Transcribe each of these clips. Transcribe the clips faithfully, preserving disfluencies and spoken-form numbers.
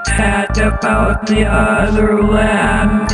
Chat about the other land.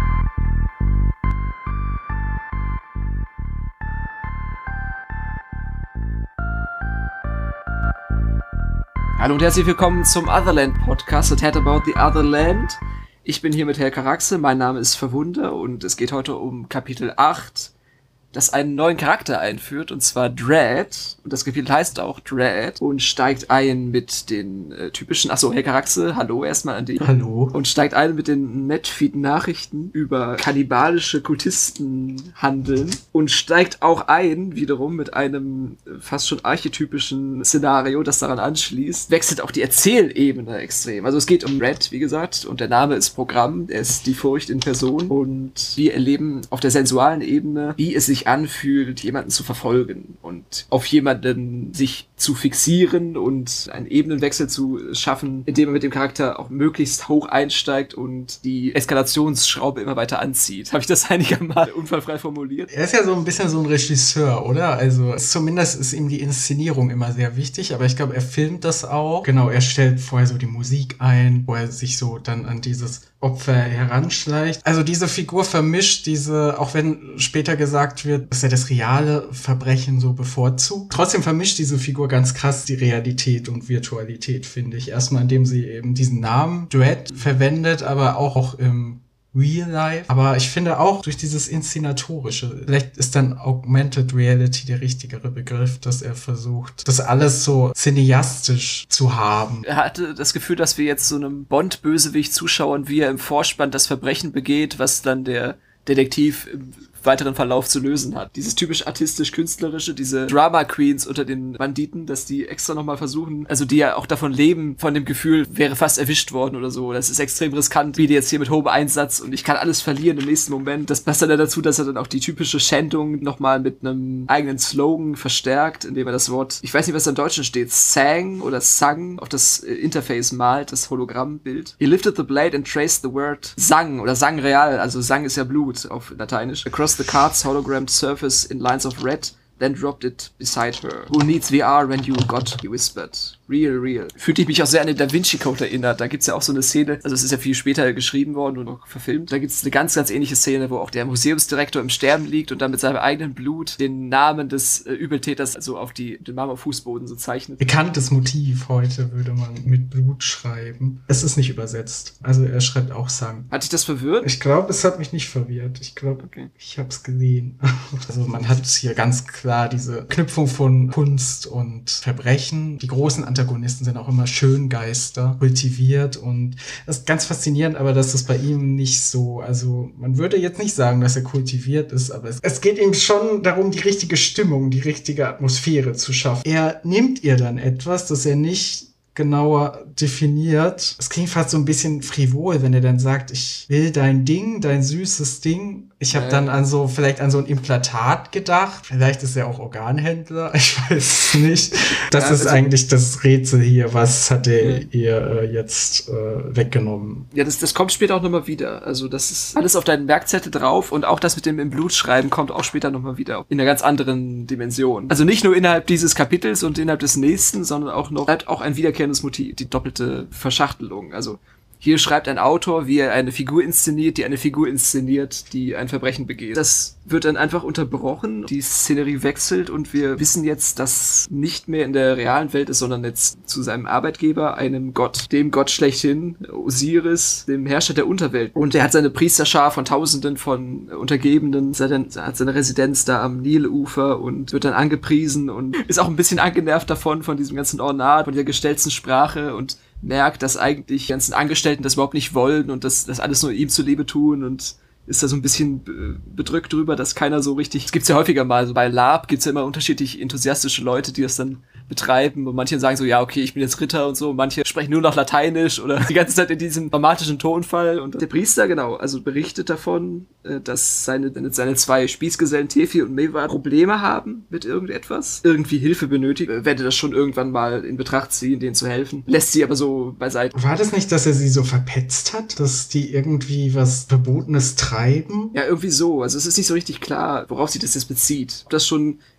Hallo und herzlich willkommen zum Otherland Podcast, A Chat About the Otherland. Ich bin hier mit Helka Raxe, mein Name ist Verwunder und es geht heute um Kapitel acht, das einen neuen Charakter einführt, und zwar Dread. Und das Kapitel heißt auch Dread und steigt ein mit den äh, typischen, achso, Helka Raxe, hallo erstmal an dich. Hallo. Und steigt ein mit den Netfeed-Nachrichten über kannibalische Kultistenhandeln und steigt auch ein, wiederum, mit einem fast schon archetypischen Szenario, das daran anschließt. Wechselt auch die Erzählebene extrem. Also es geht um Dread, wie gesagt, und der Name ist Programm, er ist die Furcht in Person, und wir erleben auf der sensualen Ebene, wie es sich anfühlt, jemanden zu verfolgen und auf jemanden sich zu fixieren und einen Ebenenwechsel zu schaffen, indem man mit dem Charakter auch möglichst hoch einsteigt und die Eskalationsschraube immer weiter anzieht. Habe ich das einigermaßen unfallfrei formuliert? Er ist ja so ein bisschen so ein Regisseur, oder? Also zumindest ist ihm die Inszenierung immer sehr wichtig, aber ich glaube, er filmt das auch. Genau, er stellt vorher so die Musik ein, wo er sich so dann an dieses Opfer heranschleicht. Also diese Figur vermischt diese, auch wenn später gesagt wird, dass er das reale Verbrechen so bevorzugt. Trotzdem vermischt diese Figur ganz krass die Realität und Virtualität, finde ich. Erstmal, indem sie eben diesen Namen Dread verwendet, aber auch, auch im Real Life. Aber ich finde auch durch dieses Inszenatorische, vielleicht ist dann Augmented Reality der richtigere Begriff, dass er versucht, das alles so cineastisch zu haben. Er hatte das Gefühl, dass wir jetzt so einem Bond-Bösewicht zuschauen, wie er im Vorspann das Verbrechen begeht, was dann der Detektiv im weiteren Verlauf zu lösen hat. Dieses typisch artistisch-künstlerische, diese Drama-Queens unter den Banditen, dass die extra nochmal versuchen, also die ja auch davon leben, von dem Gefühl, wäre fast erwischt worden oder so. Das ist extrem riskant, wie die jetzt hier mit hohem Einsatz und ich kann alles verlieren im nächsten Moment. Das passt dann dazu, dass er dann auch die typische Schändung nochmal mit einem eigenen Slogan verstärkt, indem er das Wort, ich weiß nicht, was da im Deutschen steht, sang oder sang auf das Interface malt, das Hologrammbild. He lifted the blade and traced the word sang oder sang real, also sang ist ja Blut auf Lateinisch. Across the card's hologrammed surface in lines of red, then dropped it beside her. Who needs V R when you got, he whispered. Real, real. Fühlte ich mich auch sehr an den Da Vinci Code erinnert. Da gibt's ja auch so eine Szene, also es ist ja viel später geschrieben worden und auch verfilmt. Da gibt's eine ganz, ganz ähnliche Szene, wo auch der Museumsdirektor im Sterben liegt und dann mit seinem eigenen Blut den Namen des äh, Übeltäters also auf die, den Marmorfußboden so zeichnet. Bekanntes Motiv heute würde man mit Blut schreiben. Es ist nicht übersetzt. Also er schreibt auch Sang. Hat dich das verwirrt? Ich glaube, es hat mich nicht verwirrt. Ich glaube, okay. Ich habe es gesehen. Also man hat hier ganz klar diese Knüpfung von Kunst und Verbrechen. Die großen Antagonisten sind auch immer Schöngeister, kultiviert, und das ist ganz faszinierend, aber das ist bei ihm nicht so. Also man würde jetzt nicht sagen, dass er kultiviert ist, aber es, es geht ihm schon darum, die richtige Stimmung, die richtige Atmosphäre zu schaffen. Er nimmt ihr dann etwas, das er nicht genauer definiert. Es klingt fast so ein bisschen frivol, wenn er dann sagt, ich will dein Ding, dein süßes Ding. Ich habe dann an so, vielleicht an so ein Implantat gedacht. Vielleicht ist er auch Organhändler. Ich weiß es nicht. Das ja, ist also eigentlich das Rätsel hier. Was hat er mhm. ihr äh, jetzt äh, weggenommen? Ja, das, das kommt später auch nochmal wieder. Also das ist alles auf deinen Merkzettel drauf, und auch das mit dem im Blut schreiben kommt auch später nochmal wieder. In einer ganz anderen Dimension. Also nicht nur innerhalb dieses Kapitels und innerhalb des nächsten, sondern auch noch, bleibt auch ein wiederkehrendes Motiv. Die doppelte Verschachtelung. Also hier schreibt ein Autor, wie er eine Figur inszeniert, die eine Figur inszeniert, die ein Verbrechen begeht. Das wird dann einfach unterbrochen, die Szenerie wechselt und wir wissen jetzt, dass nicht mehr in der realen Welt ist, sondern jetzt zu seinem Arbeitgeber, einem Gott, dem Gott schlechthin, Osiris, dem Herrscher der Unterwelt. Und er hat seine Priesterschar von Tausenden von Untergebenen, er hat seine Residenz da am Nilufer und wird dann angepriesen und ist auch ein bisschen angenervt davon, von diesem ganzen Ornat, von der gestellten Sprache, und merkt, dass eigentlich die ganzen Angestellten das überhaupt nicht wollen und dass das alles nur ihm zuliebe tun, und ist da so ein bisschen bedrückt drüber, dass keiner so richtig, das gibt's ja häufiger mal, so bei Lab gibt's ja immer unterschiedlich enthusiastische Leute, die das dann betreiben, und manche sagen so, ja, okay, ich bin jetzt Ritter und so, manche sprechen nur noch Lateinisch oder die ganze Zeit in diesem dramatischen Tonfall, und der Priester, genau, also berichtet davon, dass seine, seine zwei Spießgesellen Tefi und Mewar Probleme haben mit irgendetwas, irgendwie Hilfe benötigen, werde das schon irgendwann mal in Betracht ziehen, denen zu helfen, lässt sie aber so beiseite. War das nicht, dass er sie so verpetzt hat, dass die irgendwie was Verbotenes treiben? Ja, irgendwie so, also es ist nicht so richtig klar, worauf sich das jetzt bezieht. Ob das schon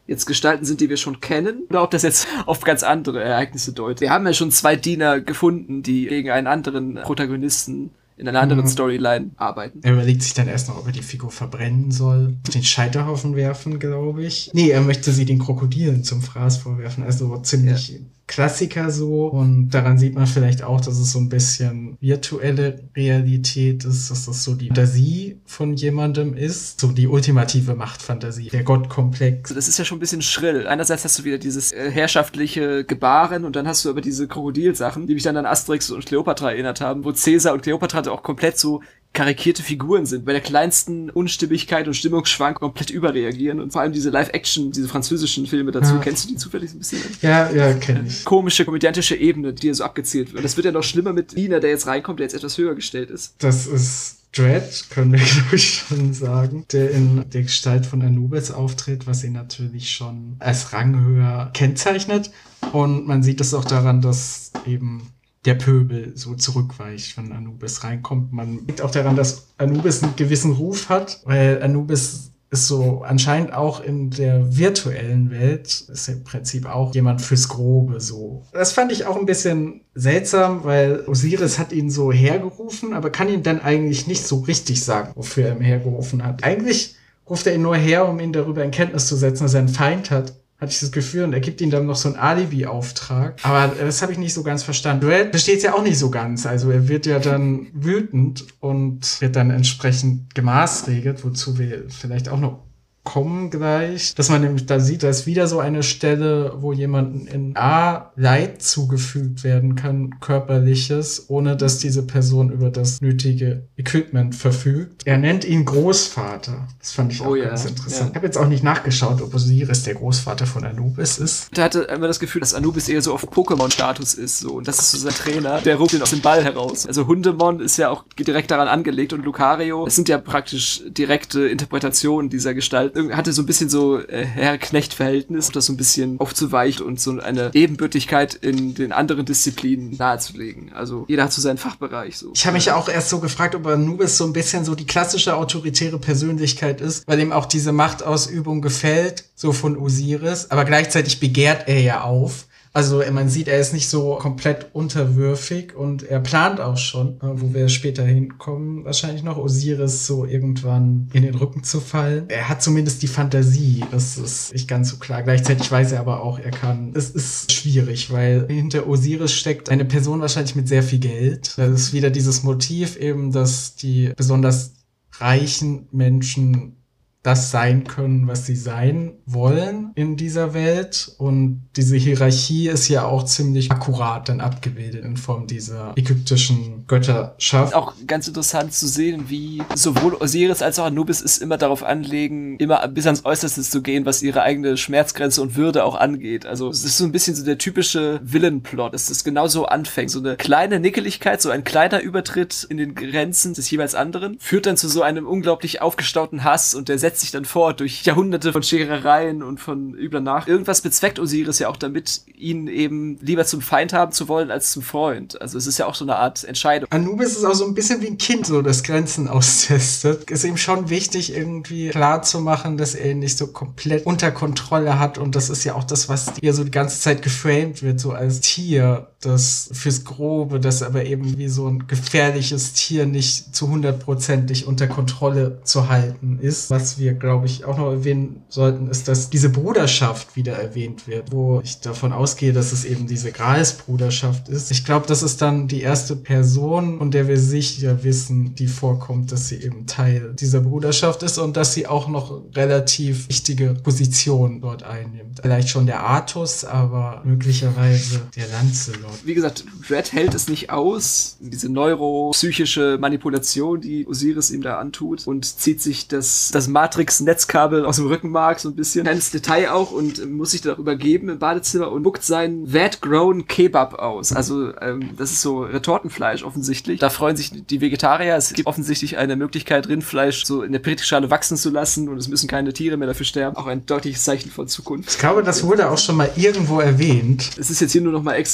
jetzt Gestalten sind, die wir schon kennen, oder ob das jetzt auf ganz andere Ereignisse deutet. Wir haben ja schon zwei Diener gefunden, die gegen einen anderen Protagonisten in einer anderen mhm. Storyline arbeiten. Er überlegt sich dann erst noch, ob er die Figur verbrennen soll, den Scheiterhaufen werfen, glaube ich. Nee, er möchte sie den Krokodilen zum Fraß vorwerfen, also ziemlich ja. Klassiker so. Und daran sieht man vielleicht auch, dass es so ein bisschen virtuelle Realität ist, dass das so die Fantasie von jemandem ist, so die ultimative Machtfantasie, der Gottkomplex. Das ist ja schon ein bisschen schrill. Einerseits hast du wieder dieses äh, herrschaftliche Gebaren und dann hast du aber diese Krokodilsachen, die mich dann an Asterix und Kleopatra erinnert haben, wo Caesar und Kleopatra auch komplett so karikierte Figuren sind, bei der kleinsten Unstimmigkeit und Stimmungsschwank komplett überreagieren und vor allem diese Live-Action, diese französischen Filme dazu, ja. Kennst du die zufällig ein bisschen? Ja, ja, kenn ich. Komische, komödiantische Ebene, die hier so abgezählt wird. Und das wird ja noch schlimmer mit Lina, der jetzt reinkommt, der jetzt etwas höher gestellt ist. Das ist Dredd, können wir glaube ich schon sagen, der in der Gestalt von Anubis auftritt, was ihn natürlich schon als ranghöher kennzeichnet. Und man sieht es auch daran, dass eben der Pöbel so zurückweicht, wenn Anubis reinkommt. Man sieht auch daran, dass Anubis einen gewissen Ruf hat, weil Anubis ist so anscheinend auch in der virtuellen Welt, ist im Prinzip auch jemand fürs Grobe so. Das fand ich auch ein bisschen seltsam, weil Osiris hat ihn so hergerufen, aber kann ihn dann eigentlich nicht so richtig sagen, wofür er ihn hergerufen hat. Eigentlich ruft er ihn nur her, um ihn darüber in Kenntnis zu setzen, dass er einen Feind hat. Hatte ich das Gefühl, und er gibt ihm dann noch so einen Alibi-Auftrag. Aber das habe ich nicht so ganz verstanden. Dredd versteht es ja auch nicht so ganz. Also er wird ja dann wütend und wird dann entsprechend gemaßregelt, wozu wir vielleicht auch noch kommen gleich. Dass man nämlich da sieht, da ist wieder so eine Stelle, wo jemandem in A Leid zugefügt werden kann, körperliches, ohne dass diese Person über das nötige Equipment verfügt. Er nennt ihn Großvater. Das fand ich auch oh, ganz ja. interessant. Ja. Ich habe jetzt auch nicht nachgeschaut, ob Osiris der Großvater von Anubis ist. Der hatte immer das Gefühl, dass Anubis eher so auf Pokémon-Status ist. So. Und das ist so sein Trainer, der ruft ihn aus dem Ball heraus. Also Hundemon ist ja auch direkt daran angelegt und Lucario, das sind ja praktisch direkte Interpretationen dieser Gestalt. Hatte so ein bisschen so äh, Herr-Knecht-Verhältnis, das so ein bisschen aufzuweichen und so eine Ebenbürtigkeit in den anderen Disziplinen nahezulegen. Also jeder hat so seinen Fachbereich. So. Ich habe mich ja auch erst so gefragt, ob Anubis so ein bisschen so die klassische autoritäre Persönlichkeit ist, weil ihm auch diese Machtausübung gefällt, so von Osiris, aber gleichzeitig begehrt er ja auf. Also man sieht, er ist nicht so komplett unterwürfig und er plant auch schon, wo wir später hinkommen, wahrscheinlich noch Osiris so irgendwann in den Rücken zu fallen. Er hat zumindest die Fantasie, das ist nicht ganz so klar. Gleichzeitig weiß er aber auch, er kann. Es ist schwierig, weil hinter Osiris steckt eine Person wahrscheinlich mit sehr viel Geld. Das ist wieder dieses Motiv eben, dass die besonders reichen Menschen das sein können, was sie sein wollen in dieser Welt. Und diese Hierarchie ist ja auch ziemlich akkurat dann abgebildet in Form dieser ägyptischen Götterschaft. Auch ganz interessant zu sehen, wie sowohl Osiris als auch Anubis es immer darauf anlegen, immer bis ans Äußerste zu gehen, was ihre eigene Schmerzgrenze und Würde auch angeht. Also es ist so ein bisschen so der typische Villain-Plot, dass es genau so anfängt. So eine kleine Nickeligkeit, so ein kleiner Übertritt in den Grenzen des jeweils anderen, führt dann zu so einem unglaublich aufgestauten Hass und der setzt sich dann fort durch Jahrhunderte von Scherereien und von übler Nacht. Irgendwas bezweckt Osiris ja auch damit, ihn eben lieber zum Feind haben zu wollen als zum Freund. Also es ist ja auch so eine Art Entscheidung. Anubis ist auch so ein bisschen wie ein Kind, so das Grenzen austestet. Ist ihm schon wichtig, irgendwie klar zu machen, dass er ihn nicht so komplett unter Kontrolle hat. Und das ist ja auch das, was hier so die ganze Zeit geframed wird, so als Tier, das fürs Grobe, das aber eben wie so ein gefährliches Tier nicht zu hundertprozentig unter Kontrolle zu halten ist. Was wir, glaube ich, auch noch erwähnen sollten, ist, dass diese Bruderschaft wieder erwähnt wird, wo ich davon ausgehe, dass es eben diese Gralsbruderschaft ist. Ich glaube, das ist dann die erste Person, von der wir sicher wissen, die vorkommt, dass sie eben Teil dieser Bruderschaft ist und dass sie auch noch relativ wichtige Positionen dort einnimmt. Vielleicht schon der Artus, aber möglicherweise der Lancelot. Wie gesagt, Dredd hält es nicht aus, diese neuropsychische Manipulation, die Osiris ihm da antut, und zieht sich das, das Matrix-Netzkabel aus dem Rückenmark so ein bisschen. Kleines Detail auch, und muss sich darüber geben im Badezimmer und buckt seinen Vat-Grown Kebab aus. Also ähm, das ist so Retortenfleisch offensichtlich. Da freuen sich die Vegetarier. Es gibt offensichtlich eine Möglichkeit, Rindfleisch so in der Petrischale wachsen zu lassen und es müssen keine Tiere mehr dafür sterben. Auch ein deutliches Zeichen von Zukunft. Ich glaube, das wurde auch schon mal irgendwo erwähnt. Es ist jetzt hier nur noch mal extra so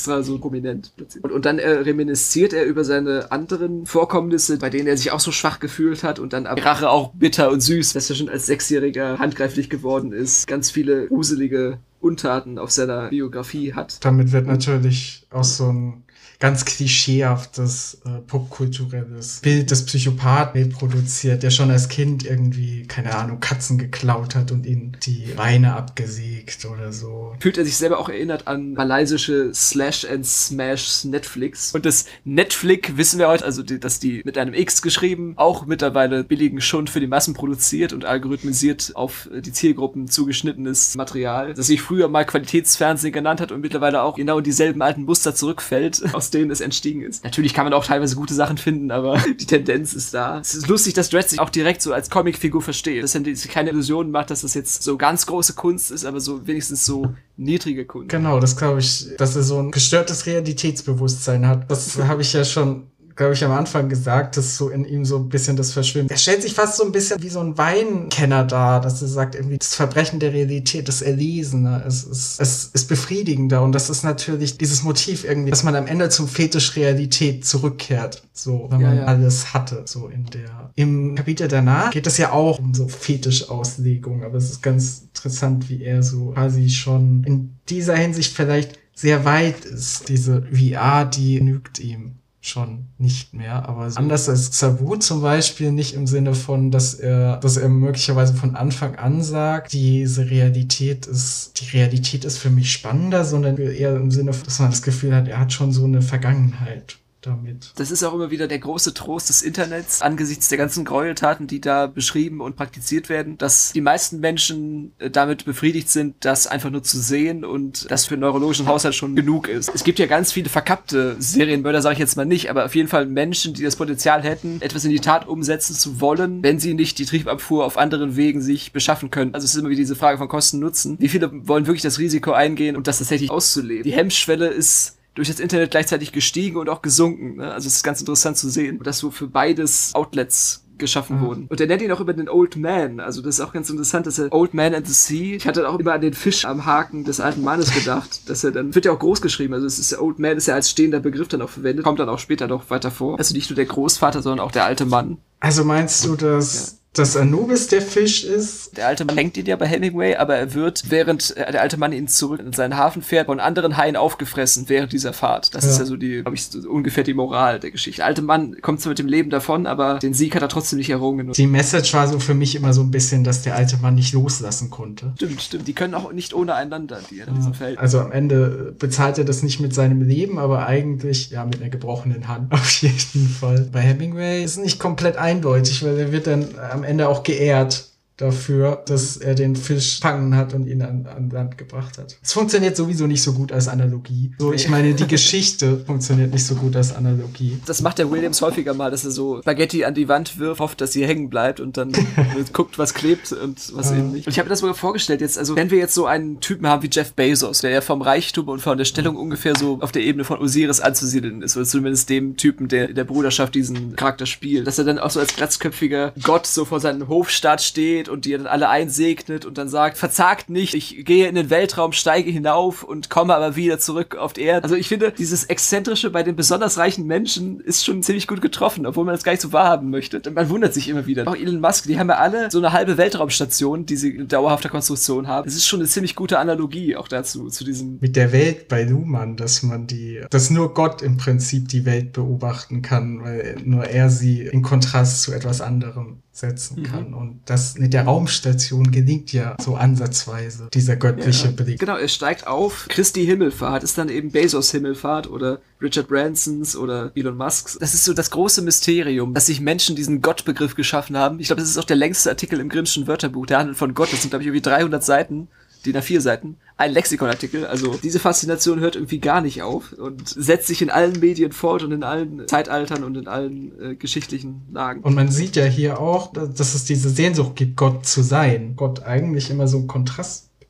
prominent platziert. Und, und dann äh, reminisziert er über seine anderen Vorkommnisse, bei denen er sich auch so schwach gefühlt hat und dann ab Rache auch bitter und süß, dass er schon als Sechsjähriger handgreiflich geworden ist, ganz viele gruselige Untaten auf seiner Biografie hat. Damit wird natürlich auch so ein ganz klischeehaftes äh, popkulturelles Bild des Psychopathen reproduziert, der schon als Kind irgendwie, keine Ahnung, Katzen geklaut hat und ihnen die Beine abgesägt oder so. Fühlt er sich selber auch erinnert an malaysische Slash-and-Smash Netflix. Und das Netflix wissen wir heute, also die, dass die mit einem X geschrieben, auch mittlerweile billigen Schund für die Massen produziert und algorithmisiert auf die Zielgruppen zugeschnittenes Material, das sich früher mal Qualitätsfernsehen genannt hat und mittlerweile auch genau in dieselben alten Muster zurückfällt, aus denen es entstiegen ist. Natürlich kann man auch teilweise gute Sachen finden, aber die Tendenz ist da. Es ist lustig, dass Dredd sich auch direkt so als Comicfigur versteht. Dass er sich keine Illusionen macht, dass das jetzt so ganz große Kunst ist, aber so wenigstens so niedrige Kunst. Genau, das glaube ich, dass er so ein gestörtes Realitätsbewusstsein hat. Das habe ich ja schon, glaube ich, am Anfang gesagt, dass so in ihm so ein bisschen das verschwimmt. Er stellt sich fast so ein bisschen wie so ein Weinkenner dar, dass er sagt, irgendwie das Verbrechen der Realität, das Erlesene, es ist, es ist befriedigender und das ist natürlich dieses Motiv irgendwie, dass man am Ende zum Fetisch Realität zurückkehrt, so, wenn ja, man ja. alles hatte, so in der. Im Kapitel danach geht es ja auch um so Fetischauslegung, aber es ist ganz interessant, wie er so quasi schon in dieser Hinsicht vielleicht sehr weit ist. Diese V R, die genügt ihm schon nicht mehr, aber so anders als Xavu zum Beispiel, nicht im Sinne von, dass er, dass er möglicherweise von Anfang an sagt, diese Realität ist, die Realität ist für mich spannender, sondern eher im Sinne, dass man das Gefühl hat, er hat schon so eine Vergangenheit damit. Das ist auch immer wieder der große Trost des Internets angesichts der ganzen Gräueltaten, die da beschrieben und praktiziert werden, dass die meisten Menschen damit befriedigt sind, das einfach nur zu sehen und das für den neurologischen Haushalt schon genug ist. Es gibt ja ganz viele verkappte Serienmörder, sage ich jetzt mal nicht, aber auf jeden Fall Menschen, die das Potenzial hätten, etwas in die Tat umsetzen zu wollen, wenn sie nicht die Triebabfuhr auf anderen Wegen sich beschaffen können. Also es ist immer wieder diese Frage von Kosten-Nutzen. Wie viele wollen wirklich das Risiko eingehen und das tatsächlich auszuleben? Die Hemmschwelle ist durch das Internet gleichzeitig gestiegen und auch gesunken. Ne? Also es ist ganz interessant zu sehen, dass so für beides Outlets geschaffen mhm. wurden. Und er nennt ihn auch über den Old Man. Also das ist auch ganz interessant, dass er Old Man and the Sea, ich hatte auch immer an den Fisch am Haken des alten Mannes gedacht, dass er dann, wird ja auch groß geschrieben, also es ist der Old Man ist ja als stehender Begriff dann auch verwendet, kommt dann auch später noch weiter vor. Also nicht nur der Großvater, sondern auch der alte Mann. Also meinst du, dass... Ja. dass Anubis der Fisch ist? Der alte Mann fängt ihn ja bei Hemingway, aber er wird, während der alte Mann ihn zurück in seinen Hafen fährt, von anderen Haien aufgefressen während dieser Fahrt. Das ja. ist ja so die, glaube ich, so ungefähr die Moral der Geschichte. Der alte Mann kommt zwar mit dem Leben davon, aber den Sieg hat er trotzdem nicht errungen. Die Message war so für mich immer so ein bisschen, dass der alte Mann nicht loslassen konnte. Stimmt, stimmt. Die können auch nicht ohne einander, die in diesem Feld. Also am Ende bezahlt er das nicht mit seinem Leben, aber eigentlich, ja, mit einer gebrochenen Hand auf jeden Fall. Bei Hemingway ist es nicht komplett eindeutig, weil er wird dann am Ende auch geehrt dafür, dass er den Fisch fangen hat und ihn an, an Land gebracht hat. Es funktioniert sowieso nicht so gut als Analogie. So, ich meine, die Geschichte funktioniert nicht so gut als Analogie. Das macht der Williams häufiger mal, dass er so Spaghetti an die Wand wirft, hofft, dass sie hängen bleibt und dann guckt, was klebt und was ja. eben nicht. Und ich habe mir das sogar vorgestellt jetzt, also wenn wir jetzt so einen Typen haben wie Jeff Bezos, der ja vom Reichtum und von der Stellung ungefähr so auf der Ebene von Osiris anzusiedeln ist, oder zumindest dem Typen, der in der Bruderschaft diesen Charakter spielt, dass er dann auch so als glatzköpfiger Gott so vor seinem Hofstaat steht und die dann alle einsegnet und dann sagt, verzagt nicht, ich gehe in den Weltraum, steige hinauf und komme aber wieder zurück auf die Erde. Also ich finde, dieses Exzentrische bei den besonders reichen Menschen ist schon ziemlich gut getroffen, obwohl man das gar nicht so wahrhaben möchte. Man wundert sich immer wieder. Auch Elon Musk, die haben ja alle so eine halbe Weltraumstation, die sie in dauerhafter Konstruktion haben. Es ist schon eine ziemlich gute Analogie auch dazu, zu diesem... Mit der Welt bei Luhmann, dass man die, dass nur Gott im Prinzip die Welt beobachten kann, weil nur er sie in Kontrast zu etwas anderem setzen kann. Mhm. Und das mit der Raumstation gelingt ja so ansatzweise, dieser göttliche ja, Blick. Genau, er steigt auf. Christi Himmelfahrt ist dann eben Bezos Himmelfahrt oder Richard Bransons oder Elon Musks. Das ist so das große Mysterium, dass sich Menschen diesen Gottbegriff geschaffen haben. Ich glaube, das ist auch der längste Artikel im Grimmschen Wörterbuch. Der handelt von Gott. Das sind, glaube ich, irgendwie dreihundert Seiten. D I N A vier Seiten, ein Lexikonartikel, also diese Faszination hört irgendwie gar nicht auf und setzt sich in allen Medien fort und in allen Zeitaltern und in allen äh, geschichtlichen Lagen. Und man sieht ja hier auch, dass es diese Sehnsucht gibt, Gott zu sein. Gott eigentlich immer so ein Kontrast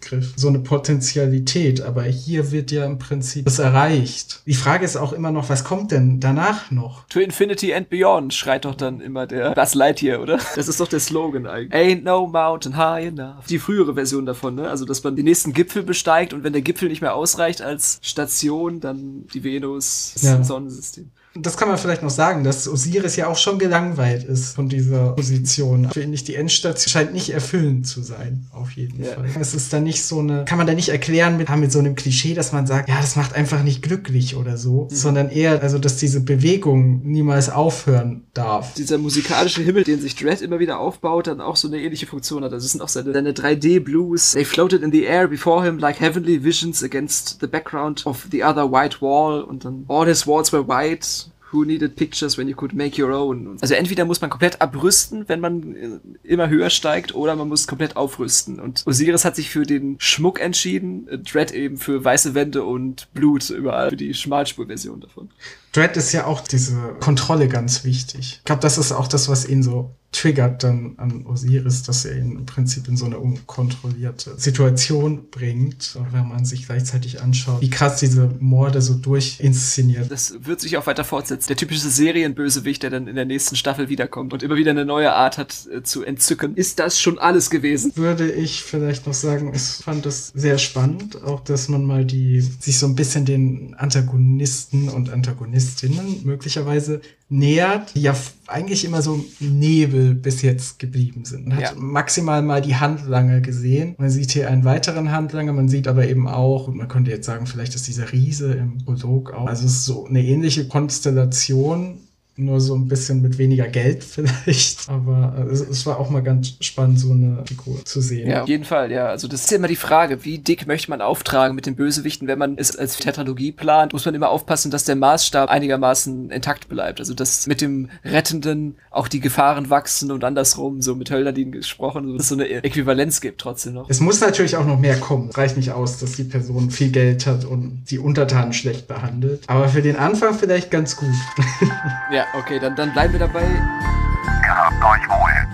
Begriff, so eine Potentialität, aber hier wird ja im Prinzip das erreicht. Die Frage ist auch immer noch, was kommt denn danach noch? To Infinity and Beyond schreit doch dann immer der Buzz Lightyear, oder? Das ist doch der Slogan eigentlich. Ain't no mountain high enough. Die frühere Version davon, ne? Also, dass man den nächsten Gipfel besteigt und wenn der Gipfel nicht mehr ausreicht als Station, dann die Venus, das ja. Sonnensystem. Das kann man vielleicht noch sagen, dass Osiris ja auch schon gelangweilt ist von dieser Position. Finde ich, die Endstation scheint nicht erfüllend zu sein, auf jeden ja. Fall. Es ist dann nicht so eine, kann man da nicht erklären mit, mit so einem Klischee, dass man sagt, ja, das macht einfach nicht glücklich oder so, mhm. sondern eher, also, dass diese Bewegung niemals aufhören darf. Dieser musikalische Himmel, den sich Dredd immer wieder aufbaut, dann auch so eine ähnliche Funktion hat. Also, es sind auch seine, seine drei D-Blues. They floated in the air before him like heavenly visions against the background of the other white wall und dann all his walls were white. Who needed pictures when you could make your own? Also entweder muss man komplett abrüsten, wenn man immer höher steigt, oder man muss komplett aufrüsten. Und Osiris hat sich für den Schmuck entschieden, Dredd eben für weiße Wände und Blut überall, für die Schmalspurversion davon. Dredd ist ja auch diese Kontrolle ganz wichtig. Ich glaube, das ist auch das, was ihn so triggert dann an Osiris, dass er ihn im Prinzip in so eine unkontrollierte Situation bringt, wenn man sich gleichzeitig anschaut, wie krass diese Morde so durchinszeniert. Das wird sich auch weiter fortsetzen. Der typische Serienbösewicht, der dann in der nächsten Staffel wiederkommt und immer wieder eine neue Art hat äh, zu entzücken. Ist das schon alles gewesen? Würde ich vielleicht noch sagen, ich fand das sehr spannend, auch dass man mal die, sich so ein bisschen den Antagonisten und Antagonistinnen möglicherweise nähert, die ja eigentlich immer so im Nebel bis jetzt geblieben sind. Man hat ja. maximal mal die Handlanger gesehen. Man sieht hier einen weiteren Handlanger, man sieht aber eben auch, und man könnte jetzt sagen, vielleicht ist dieser Riese im Prolog auch. Also es ist so eine ähnliche Konstellation, nur so ein bisschen mit weniger Geld vielleicht. Aber äh, es, es war auch mal ganz spannend, so eine Figur zu sehen. Ja, auf jeden Fall, ja. Also das ist ja immer die Frage, wie dick möchte man auftragen mit den Bösewichten, wenn man es als Tetralogie plant, muss man immer aufpassen, dass der Maßstab einigermaßen intakt bleibt. Also dass mit dem Rettenden auch die Gefahren wachsen und andersrum, so mit Hölderlin gesprochen, so, dass es so eine Äquivalenz gibt trotzdem noch. Es muss natürlich auch noch mehr kommen. Es reicht nicht aus, dass die Person viel Geld hat und die Untertanen schlecht behandelt. Aber für den Anfang vielleicht ganz gut. Ja, okay, dann, dann bleiben wir dabei. Gehabt euch wohl.